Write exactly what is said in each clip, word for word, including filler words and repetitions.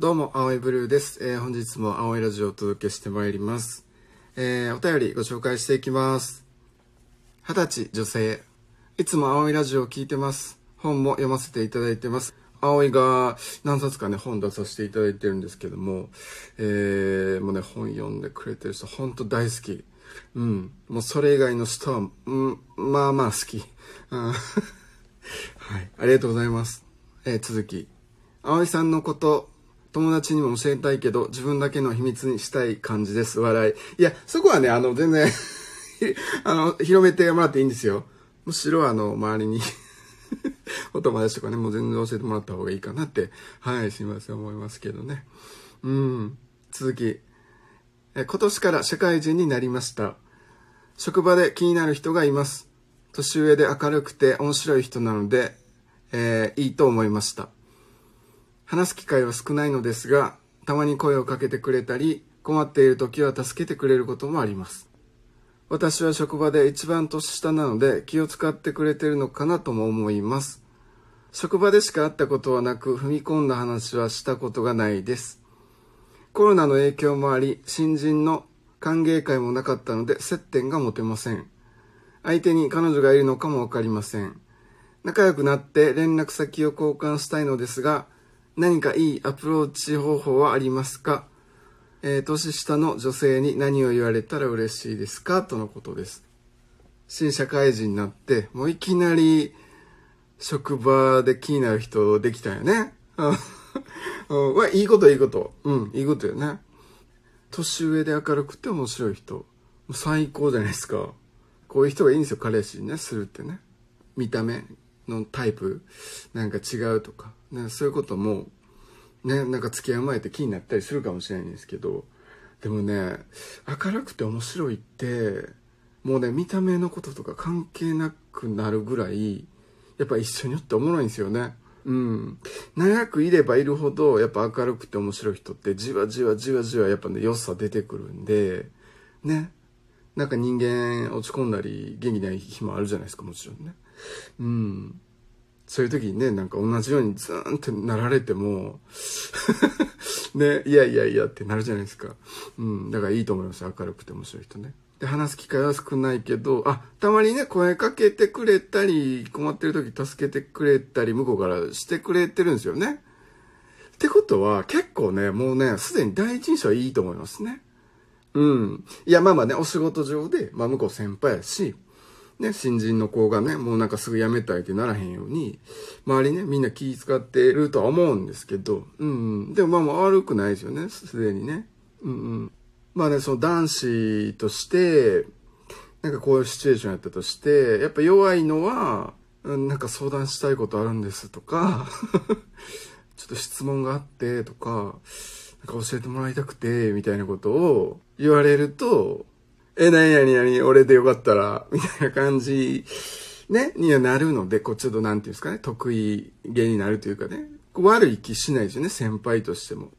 どうも、青いブルーです。えー、本日も青いラジオをお届けしてまいります。えー、お便りご紹介していきます。はたち女性。いつも青いラジオを聞いてます。本も読ませていただいてます。青いが何冊かね、本出させていただいてるんですけども、えー、もうね、本読んでくれてる人、ほんと大好き。うん。もうそれ以外の人は、うん、まあまあ好き。うん、はい。ありがとうございます。えー、続き。葵さんのこと、友達にも教えたいけど、自分だけの秘密にしたい感じです。笑い。いや、そこはね、あの、全然あの、広めてもらっていいんですよ。むしろ、あの、周りにお友達とかね、もう全然教えてもらった方がいいかなって、はい、すいません、思いますけどね。うん。続き。え、今年から社会人になりました。職場で気になる人がいます。年上で明るくて面白い人なので、えー、いいと思いました。話す機会は少ないのですが、たまに声をかけてくれたり、困っている時は助けてくれることもあります。私は職場で一番年下なので気を使ってくれているのかなとも思います。職場でしか会ったことはなく、踏み込んだ話はしたことがないです。コロナの影響もあり、新人の歓迎会もなかったので接点が持てません。相手に彼女がいるのかもわかりません。仲良くなって連絡先を交換したいのですが、何かいいアプローチ方法はありますか？えー、年下の女性に何を言われたら嬉しいですか？とのことです。新社会人になって、もういきなり職場で気になる人できたよね。うん、いいこといいこと。うん、いいことよね。年上で明るくて面白い人。最高じゃないですか。こういう人がいいんですよ、彼氏にね、するってね。見た目のタイプ、なんか違うとか。ね、そういうことも、ね、なんか付き合う前って気になったりするかもしれないんですけど、でもね、明るくて面白いって、もうね、見た目のこととか関係なくなるぐらい、やっぱ一緒におっておもろいんですよね。うん。長くいればいるほど、やっぱ明るくて面白い人って、じわじわじわじわやっぱね、良さ出てくるんで、ね。なんか人間落ち込んだり、元気ない日もあるじゃないですか、もちろんね。うん。そういう時にね、なんか同じようにズーンってなられても、ね、いやいやいやってなるじゃないですか。うん、だからいいと思います。明るくて面白い人ね。で、話す機会は少ないけど、あ、たまにね、声かけてくれたり、困ってる時助けてくれたり、向こうからしてくれてるんですよね。ってことは、結構ね、もうね、すでに第一印象はいいと思いますね。うん。いや、まあまあね、お仕事上で、まあ向こう先輩やし、ね、新人の子がね、もうなんかすぐ辞めたいってならへんように、周りね、みんな気遣ってるとは思うんですけど、うん、うん。でもまあまあ悪くないですよね、すでにね。うんうん。まあね、その男子として、なんかこういうシチュエーションやったとして、やっぱ弱いのは、うん、なんか相談したいことあるんですとか、ちょっと質問があってとか、なんか教えてもらいたくて、みたいなことを言われると、え、なになになに、俺でよかったら、みたいな感じ、ね、にはなるので、こう、ちょっとなんていうんですかね、得意げになるというかね、悪い気しないですよね、先輩としても。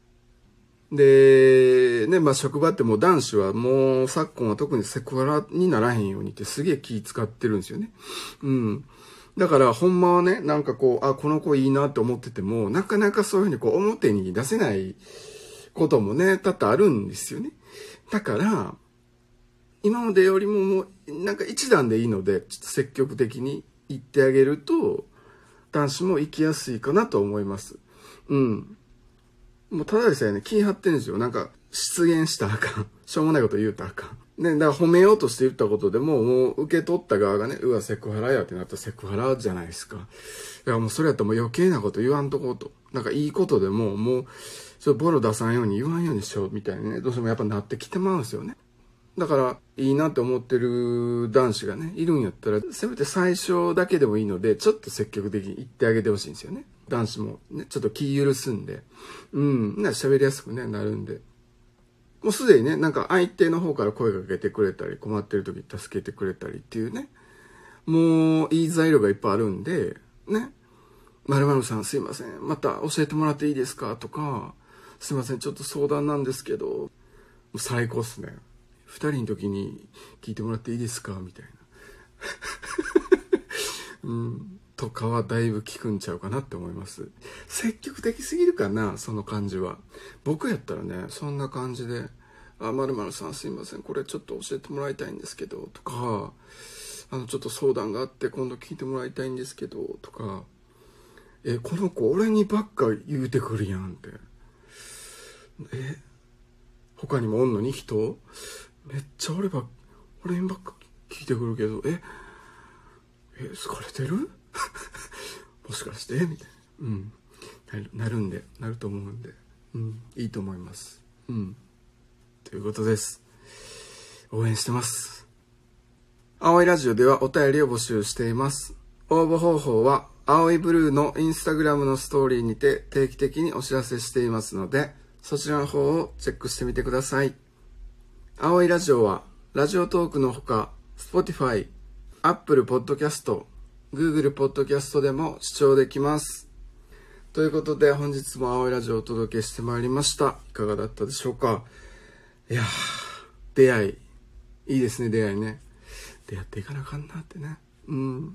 で、ね、まあ、職場ってもう男子はもう昨今は特にセクハラにならへんようにってすげえ気使ってるんですよね。うん。だから、ほんまはね、なんかこう、あ、この子いいなって思ってても、なかなかそういうふうにこう、表に出せないこともね、多々あるんですよね。だから、今までよりももう、なんか一段でいいので、ちょっと積極的に言ってあげると、男子も行きやすいかなと思います。うん。もうただでさえね、気張ってるんですよ。なんか、失言したらあかん。しょうもないこと言うたらあかん。ね、だから褒めようとして言ったことでも、もう受け取った側がね、うわ、セクハラやってなったらセクハラじゃないですか。だからもうそれやったらもう余計なこと言わんとこうと。なんかいいことでも、もう、ちょっとボロ出さんように言わんようにしようみたいにね、どうしてもやっぱなってきてまうんですよね。だから、いいなって思ってる男子がね、いるんやったら、せめて最初だけでもいいので、ちょっと積極的に言ってあげてほしいんですよね。男子もね、ちょっと気許すんで。うん、な喋りやすくね、なるんで。もうすでにね、なんか相手の方から声かけてくれたり、困ってる時に助けてくれたりっていうね、もういい材料がいっぱいあるんで、ね、〇〇さんすいません、また教えてもらっていいですかとか、すいません、ちょっと相談なんですけど、もう最高っすね。二人の時に聞いてもらっていいですかみたいな。うん。 とかはだいぶ効くんちゃうかなって思います。積極的すぎるかな、その感じは。僕やったらね、そんな感じで、あ、〇〇さんすいません、これちょっと教えてもらいたいんですけど、とか、あの、ちょっと相談があって今度聞いてもらいたいんですけど、とか、え、この子俺にばっか言うてくるやんって。え、他にもおんのに人めっちゃ俺ばっ、俺にばっか聞いてくるけど、え、え、疲れてるもしかしてみたいな。うん。なる、なるんで、なると思うんで。うん。いいと思います。うん。ということです。応援してます。青いラジオではお便りを募集しています。応募方法は、青いブルーのインスタグラムのストーリーにて定期的にお知らせしていますので、そちらの方をチェックしてみてください。青いラジオは、ラジオトークのほか、Spotify、Apple Podcast、Google Podcast でも視聴できます。ということで、本日も青いラジオをお届けしてまいりました。いかがだったでしょうか。いやー、出会い。いいですね、出会いね。出会っていかなあかんなってね。うん、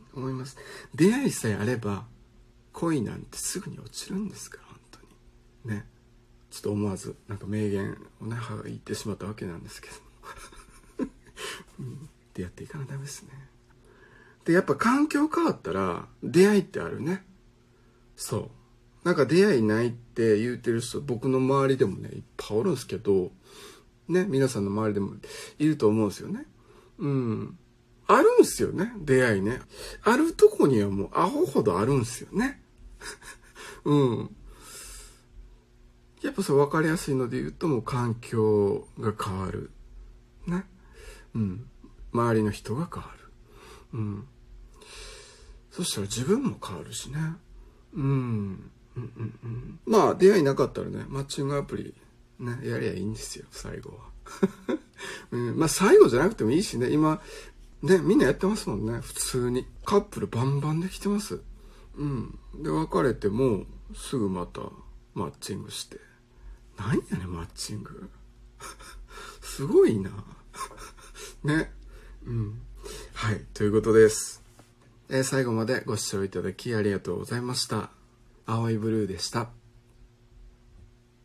思います。出会いさえあれば、恋なんてすぐに落ちるんですから、本当に。ね。ちょっと思わず、なんか名言をね、母が言ってしまったわけなんですけども、うん。出会っていかなダメですね。で、やっぱ環境変わったら、出会いってあるね。そう。なんか出会いないって言うてる人、僕の周りでもね、いっぱいおるんですけど、ね、皆さんの周りでもいると思うんですよね。うん。あるんすよね、出会いね。あるとこにはもうアホほどあるんすよね。うん。やっぱそう分かりやすいので言うと、もう環境が変わる。ね。うん。周りの人が変わる。うん。そしたら自分も変わるしね。うん。うんうんうん。まあ、出会いなかったらね、マッチングアプリ、ね、やりゃいいんですよ、最後は。うん、まあ、最後じゃなくてもいいしね、今、ね、みんなやってますもんね、普通に。カップルバンバンできてます。うん。で、別れても、すぐまた、マッチングして。何やねん、マッチング。すごいな。ね。うん。はい、ということです。えー、最後までご視聴いただきありがとうございました。青いブルーでした。